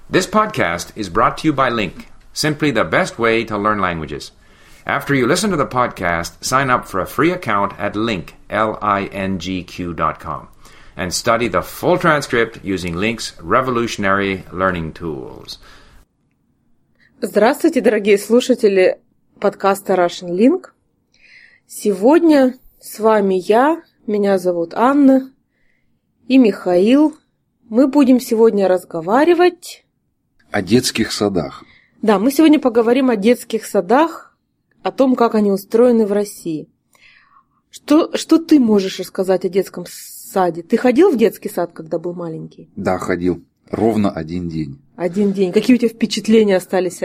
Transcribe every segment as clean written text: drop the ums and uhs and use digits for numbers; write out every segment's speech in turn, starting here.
This podcast is brought to you by Link, simply the best way to learn languages. After you listen to the podcast, sign up for a free account at lingq.com and study the full transcript using Link's revolutionary learning tools. Здравствуйте, дорогие слушатели подкаста Russian Link. Сегодня с вами меня зовут Анна и Михаил. Мы будем сегодня разговаривать о детских садах. Да, мы сегодня поговорим о детских садах, о том, как они устроены в России. Что ты можешь рассказать о детском саде? Ты ходил в детский сад, когда был маленький? Да, ходил. Ровно один день. Один день. Какие у тебя впечатления остались?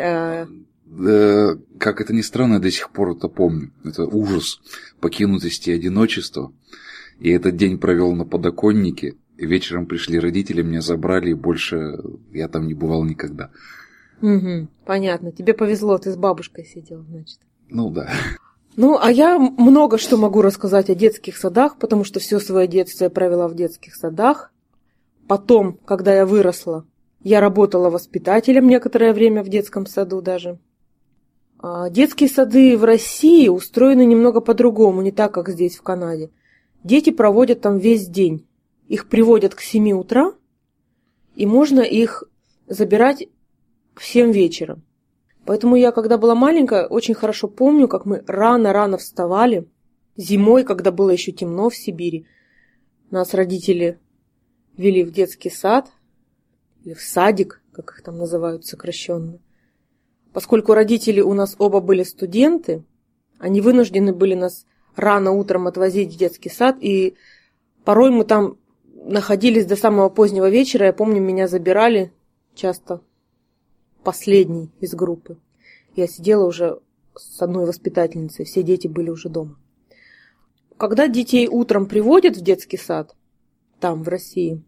Как это ни странно, я до сих пор это помню. Это ужас покинутости и одиночества. И этот день провел на подоконнике. И вечером пришли родители, меня забрали, и больше я там не бывал никогда. Угу, понятно. Тебе повезло, ты с бабушкой сидел, значит. Ну да. Ну, а я много что могу рассказать о детских садах, потому что все свое детство я провела в детских садах. Потом, когда я выросла, я работала воспитателем некоторое время в детском саду даже. Детские сады в России устроены немного по-другому, не так, как здесь, в Канаде. Дети проводят там весь день. Их приводят к 7 утра, и можно их забирать в 7 вечера. Поэтому я, когда была маленькая, очень хорошо помню, как мы рано-рано вставали. Зимой, когда было еще темно в Сибири, нас родители вели в детский сад, или в садик, как их там называют сокращенно. Поскольку родители у нас оба были студенты, они вынуждены были нас рано утром отвозить в детский сад, и порой мы там находились до самого позднего вечера. Я помню, меня забирали часто последний из группы. Я сидела уже с одной воспитательницей, все дети были уже дома. Когда детей утром приводят в детский сад, там, в России,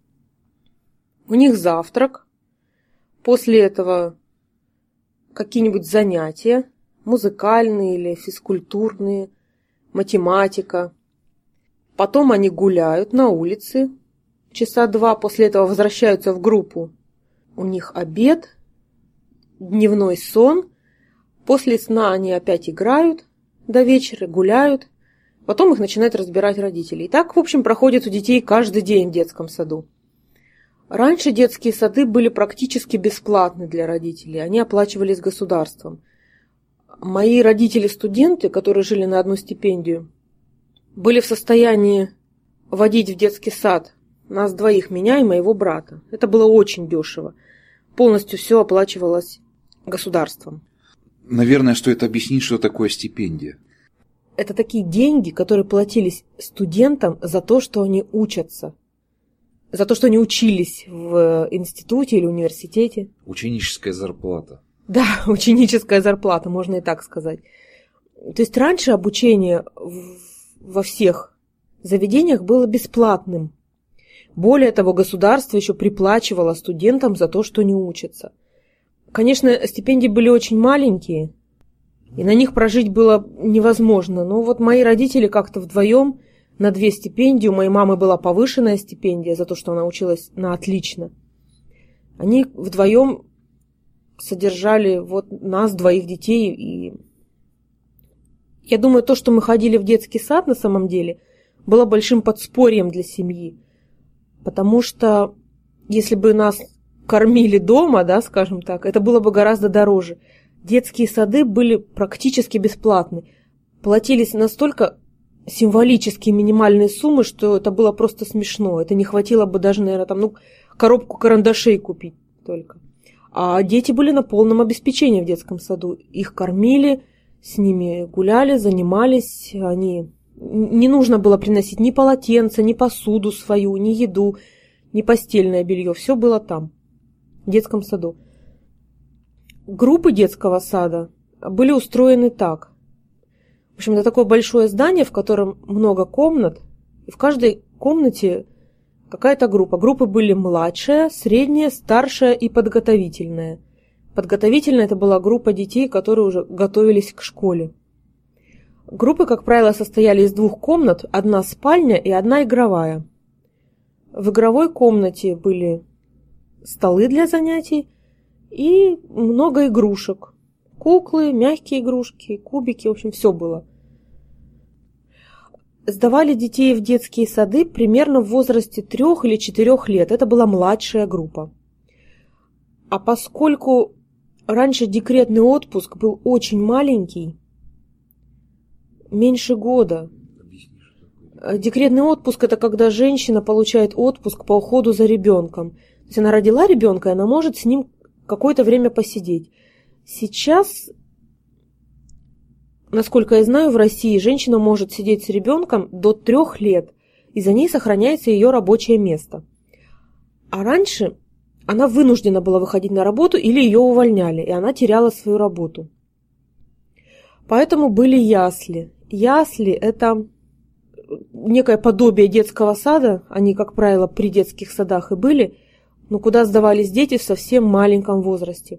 у них завтрак, после этого какие-нибудь занятия, музыкальные или физкультурные, математика. Потом они гуляют на улице, часа 2, после этого возвращаются в группу. У них обед, дневной сон. После сна они опять играют до вечера, гуляют. Потом их начинают разбирать родители. И так, в общем, проходит у детей каждый день в детском саду. Раньше детские сады были практически бесплатны для родителей. Они оплачивались государством. Мои родители-студенты, которые жили на одну стипендию, были в состоянии водить в детский сад нас двоих, меня и моего брата. Это было очень дешево. Полностью все оплачивалось государством. Наверное, стоит объяснить, что такое стипендия. Это такие деньги, которые платились студентам за то, что они учатся. За то, что они учились в институте или университете. Ученическая зарплата. Да, ученическая зарплата, можно и так сказать. То есть раньше обучение во всех заведениях было бесплатным. Более того, государство еще приплачивало студентам за то, что они учатся. Конечно, стипендии были очень маленькие, и на них прожить было невозможно. Но вот мои родители как-то вдвоем на 2 стипендии, у моей мамы была повышенная стипендия за то, что она училась на отлично. Они вдвоем содержали вот нас, двоих детей. И я думаю, то, что мы ходили в детский сад на самом деле, было большим подспорьем для семьи. Потому что если бы нас кормили дома, да, скажем так, это было бы гораздо дороже. Детские сады были практически бесплатны. Платились настолько символические минимальные суммы, что это было просто смешно. Это не хватило бы даже, наверное, коробку карандашей купить только. А дети были на полном обеспечении в детском саду. Их кормили, с ними гуляли, занимались. Не нужно было приносить ни полотенца, ни посуду свою, ни еду, ни постельное белье. Все было там, в детском саду. Группы детского сада были устроены так. В общем, это такое большое здание, в котором много комнат. И в каждой комнате какая-то группа. Группы были младшая, средняя, старшая и подготовительная. Подготовительная – это была группа детей, которые уже готовились к школе. Группы, как правило, состояли из 2 комнат, 1 спальня и 1 игровая. В игровой комнате были столы для занятий, и много игрушек. Куклы, мягкие игрушки, кубики, в общем, все было. Сдавали детей в детские сады примерно в возрасте 3 или 4 лет. Это была младшая группа. А поскольку раньше декретный отпуск был очень маленький, меньше года. Декретный отпуск – это когда женщина получает отпуск по уходу за ребенком. То есть она родила ребенка, и она может с ним какое-то время посидеть. Сейчас, насколько я знаю, в России женщина может сидеть с ребенком до 3 лет, и за ней сохраняется ее рабочее место. А раньше она вынуждена была выходить на работу или ее увольняли, и она теряла свою работу. Поэтому были ясли. Ясли – это некое подобие детского сада, они, как правило, при детских садах и были, но куда сдавались дети в совсем маленьком возрасте.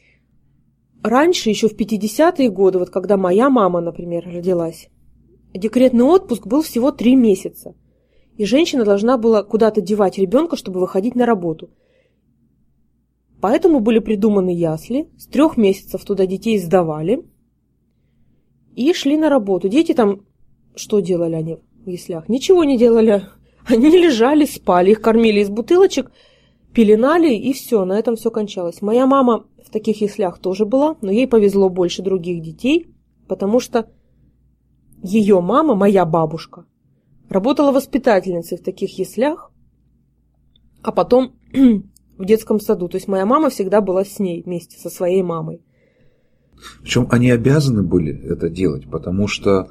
Раньше, еще в 50-е годы, вот когда моя мама, например, родилась, декретный отпуск был всего 3 месяца. И женщина должна была куда-то девать ребенка, чтобы выходить на работу. Поэтому были придуманы ясли. С 3 месяцев туда детей сдавали и шли на работу. Дети там, что делали они в яслях? Ничего не делали. Они лежали, спали, их кормили из бутылочек, пеленали, и все, на этом все кончалось. Моя мама в таких яслях тоже была, но ей повезло больше других детей, потому что ее мама, моя бабушка, работала воспитательницей в таких яслях, а потом в детском саду. То есть моя мама всегда была с ней вместе со своей мамой. Причем они обязаны были это делать, потому что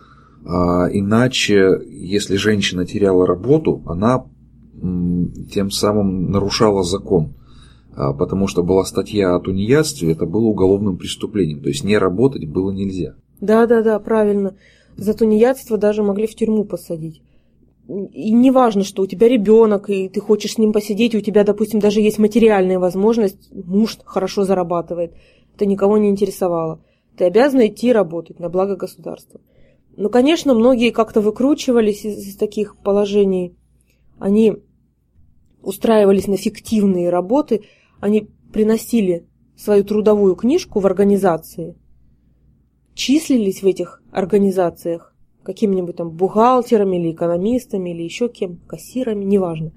иначе, если женщина теряла работу, она тем самым нарушала закон, потому что была статья о тунеядстве, это было уголовным преступлением, то есть не работать было нельзя. Да, правильно. За тунеядство даже могли в тюрьму посадить. И не важно, что у тебя ребенок, и ты хочешь с ним посидеть, и у тебя, допустим, даже есть материальная возможность, муж хорошо зарабатывает, это никого не интересовало. Ты обязана идти работать на благо государства. Но, конечно, многие как-то выкручивались из таких положений. Они устраивались на фиктивные работы, они приносили свою трудовую книжку в организации, числились в этих организациях какими-нибудь там бухгалтерами или экономистами или еще кем, кассирами, неважно.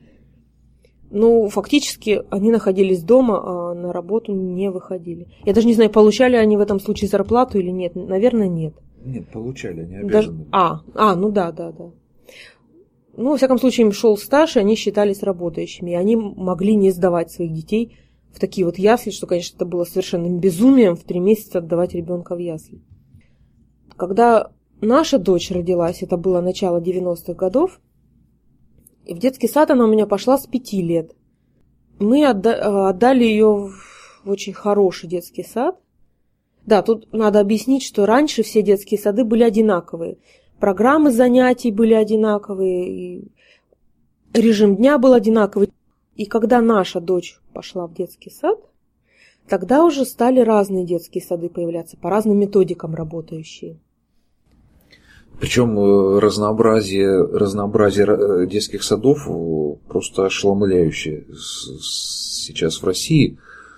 Но фактически они находились дома, а на работу не выходили. Я даже не знаю, получали они в этом случае зарплату или нет. Наверное, нет. Нет, получали, они обязаны. Ну да. Ну, во всяком случае, им шел стаж, и они считались работающими. И они могли не сдавать своих детей в такие вот ясли, что, конечно, это было совершенным безумием в 3 месяца отдавать ребенка в ясли. Когда наша дочь родилась, это было начало 90-х годов, и в детский сад она у меня пошла с 5 лет. Мы отдали ее в очень хороший детский сад. Да, тут надо объяснить, что раньше все детские сады были одинаковые. Программы занятий были одинаковые, и режим дня был одинаковый. И когда наша дочь пошла в детский сад, тогда уже стали разные детские сады появляться, по разным методикам работающие. Причем разнообразие детских садов просто ошеломляющее сейчас в России.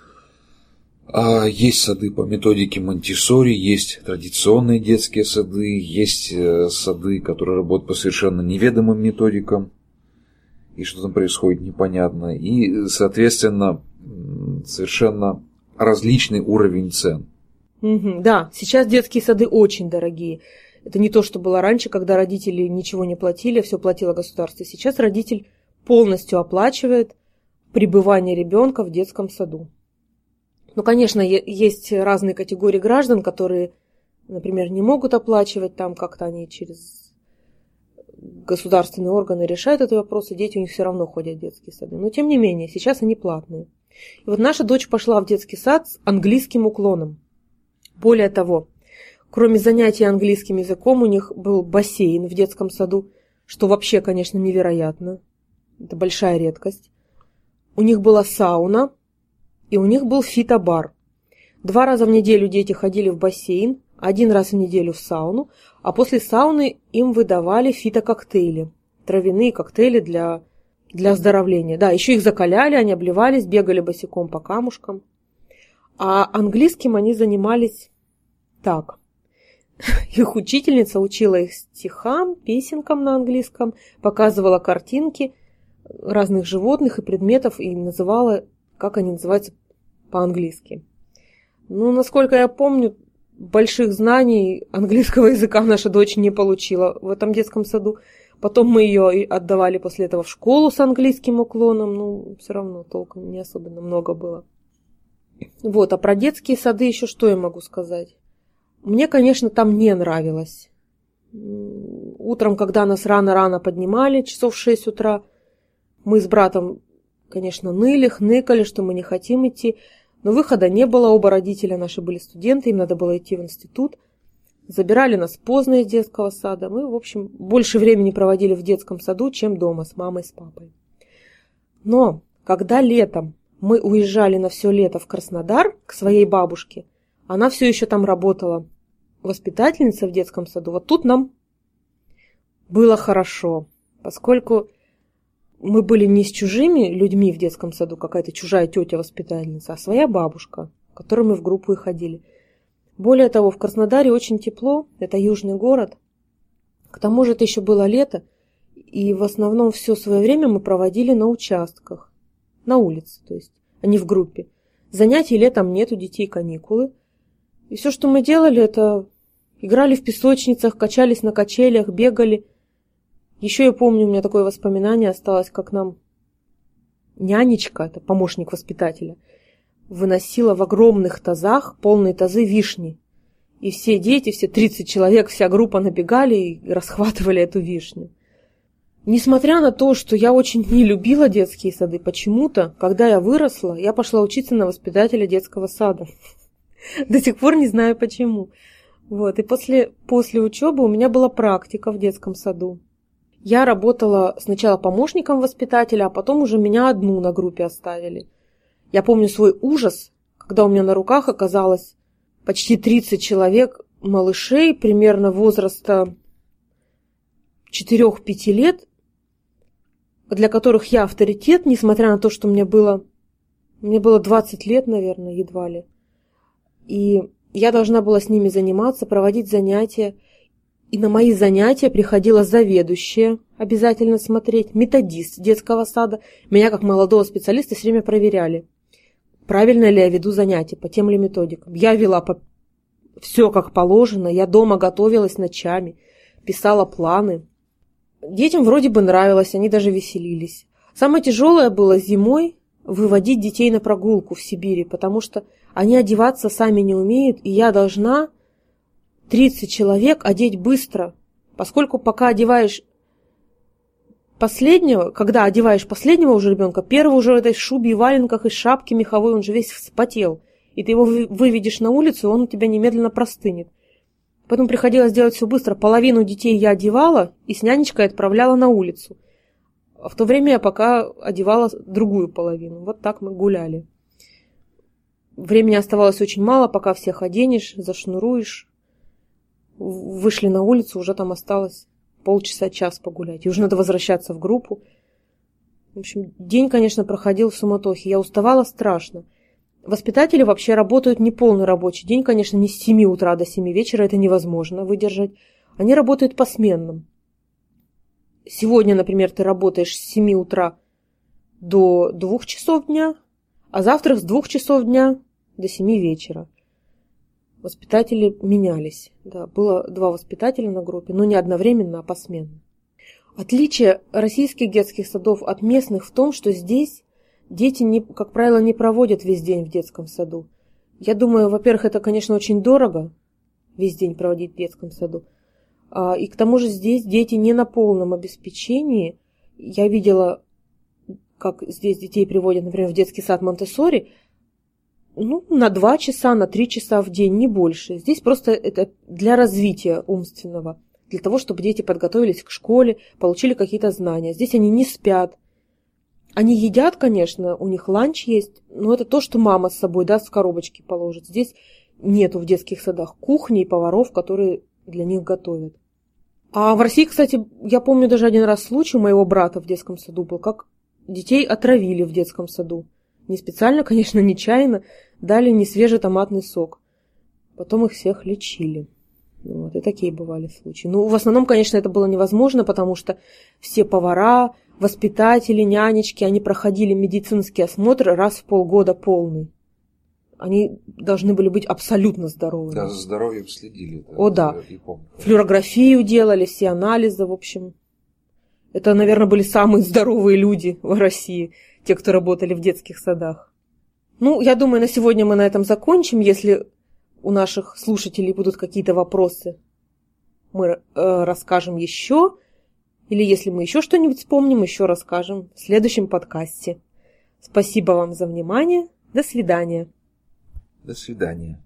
Есть сады по методике Монтессори, есть традиционные детские сады, есть сады, которые работают по совершенно неведомым методикам, и что там происходит непонятно. И, соответственно, совершенно различный уровень цен. Да, сейчас детские сады очень дорогие. Это не то, что было раньше, когда родители ничего не платили, все платило государство. Сейчас родитель полностью оплачивает пребывание ребенка в детском саду. Ну, конечно, есть разные категории граждан, которые, например, не могут оплачивать, там как-то они через государственные органы решают этот вопрос, и дети у них все равно ходят в детские сады. Но, тем не менее, сейчас они платные. И вот наша дочь пошла в детский сад с английским уклоном. Более того, кроме занятий английским языком, у них был бассейн в детском саду, что вообще, конечно, невероятно. Это большая редкость. У них была сауна, и у них был фитобар. 2 раза в неделю дети ходили в бассейн, 1 раз в неделю в сауну, а после сауны им выдавали фитококтейли, травяные коктейли для оздоровления. Да, еще их закаляли, они обливались, бегали босиком по камушкам. А английским они занимались так. Их учительница учила их стихам, песенкам на английском, показывала картинки разных животных и предметов и называла, как они называются по-английски. Ну, насколько я помню, больших знаний английского языка наша дочь не получила в этом детском саду. Потом мы ее отдавали после этого в школу с английским уклоном, но все равно толком не особенно много было. Вот, а про детские сады еще что я могу сказать? Мне, конечно, там не нравилось. Утром, когда нас рано-рано поднимали, часов в 6 утра, мы с братом, конечно, ныли, хныкали, что мы не хотим идти, но выхода не было, оба родителя наши были студенты, им надо было идти в институт. Забирали нас поздно из детского сада. Мы, в общем, больше времени проводили в детском саду, чем дома с мамой, с папой. Но когда летом мы уезжали на все лето в Краснодар к своей бабушке, она все еще там работала, воспитательница в детском саду, вот тут нам было хорошо, поскольку мы были не с чужими людьми в детском саду, какая-то чужая тетя-воспитательница, а своя бабушка, к которой мы в группу и ходили. Более того, в Краснодаре очень тепло, это южный город, к тому же это еще было лето, и в основном все свое время мы проводили на участках, на улице, то есть, а не в группе. Занятий летом нет, у детей каникулы, и все, что мы делали, это играли в песочницах, качались на качелях, бегали. Еще я помню, у меня такое воспоминание осталось, как нам нянечка, это помощник воспитателя, выносила в огромных тазах, полные тазы вишни. И все дети, все 30 человек, вся группа набегали и расхватывали эту вишню. Несмотря на то, что я очень не любила детские сады, почему-то, когда я выросла, я пошла учиться на воспитателя детского сада. До сих пор не знаю почему. Вот. И после учебы у меня была практика в детском саду. Я работала сначала помощником воспитателя, а потом уже меня одну на группе оставили. Я помню свой ужас, когда у меня на руках оказалось почти 30 человек, малышей, примерно возраста 4-5 лет, для которых я авторитет, несмотря на то, что мне было 20 лет, наверное, едва ли. И я должна была с ними заниматься, проводить занятия. И на мои занятия приходила заведующая, обязательно смотреть, методист детского сада. Меня, как молодого специалиста, все время проверяли, правильно ли я веду занятия, по тем ли методикам. Я вела все как положено, я дома готовилась ночами, писала планы. Детям вроде бы нравилось, они даже веселились. Самое тяжелое было зимой выводить детей на прогулку в Сибири, потому что они одеваться сами не умеют, и я должна 30 человек одеть быстро, поскольку пока одеваешь последнего, когда одеваешь последнего уже ребенка, первый уже в этой шубе и валенках и шапке меховой, он же весь вспотел, и ты его выведешь на улицу, он у тебя немедленно простынет. Поэтому приходилось делать все быстро. Половину детей я одевала и с нянечкой отправляла на улицу. А в то время я пока одевала другую половину. Вот так мы гуляли. Времени оставалось очень мало, пока всех оденешь, зашнуруешь. Вышли на улицу, уже там осталось полчаса-час погулять. И уже надо возвращаться в группу. В общем, день, конечно, проходил в суматохе. Я уставала страшно. Воспитатели вообще работают не полный рабочий день, конечно, не с 7 утра до 7 вечера, это невозможно выдержать. Они работают посменным. Сегодня, например, ты работаешь с 7 утра до 2 часов дня, а завтра с 2 часов дня до 7 вечера. Воспитатели менялись. Да, было 2 воспитателя на группе, но не одновременно, а посменно. Отличие российских детских садов от местных в том, что здесь дети, как правило, не проводят весь день в детском саду. Я думаю, во-первых, это, конечно, очень дорого весь день проводить в детском саду. И к тому же здесь дети не на полном обеспечении. Я видела, как здесь детей приводят, например, в детский сад Монтессори, на 2 часа, на 3 часа в день, не больше. Здесь просто это для развития умственного, для того, чтобы дети подготовились к школе, получили какие-то знания. Здесь они не спят. Они едят, конечно, у них ланч есть, но это то, что мама с собой даст в коробочке положит. Здесь нету в детских садах кухни и поваров, которые для них готовят. А в России, кстати, я помню даже один раз случай у моего брата в детском саду был, как детей отравили в детском саду. не специально, конечно, нечаянно, дали несвежий томатный сок. Потом их всех лечили. Вот, и такие бывали случаи. Ну, в основном, конечно, это было невозможно, потому что все повара, воспитатели, нянечки, они проходили медицинский осмотр раз в полгода полный. Они должны были быть абсолютно здоровыми. Да, за здоровьем следили. О, да. Флюорографию делали, все анализы, в общем. Это, наверное, были самые здоровые люди в России, те, кто работали в детских садах. Ну, я думаю, на сегодня мы на этом закончим. Если у наших слушателей будут какие-то вопросы, мы расскажем еще. Или если мы еще что-нибудь вспомним, еще расскажем в следующем подкасте. Спасибо вам за внимание. До свидания. До свидания.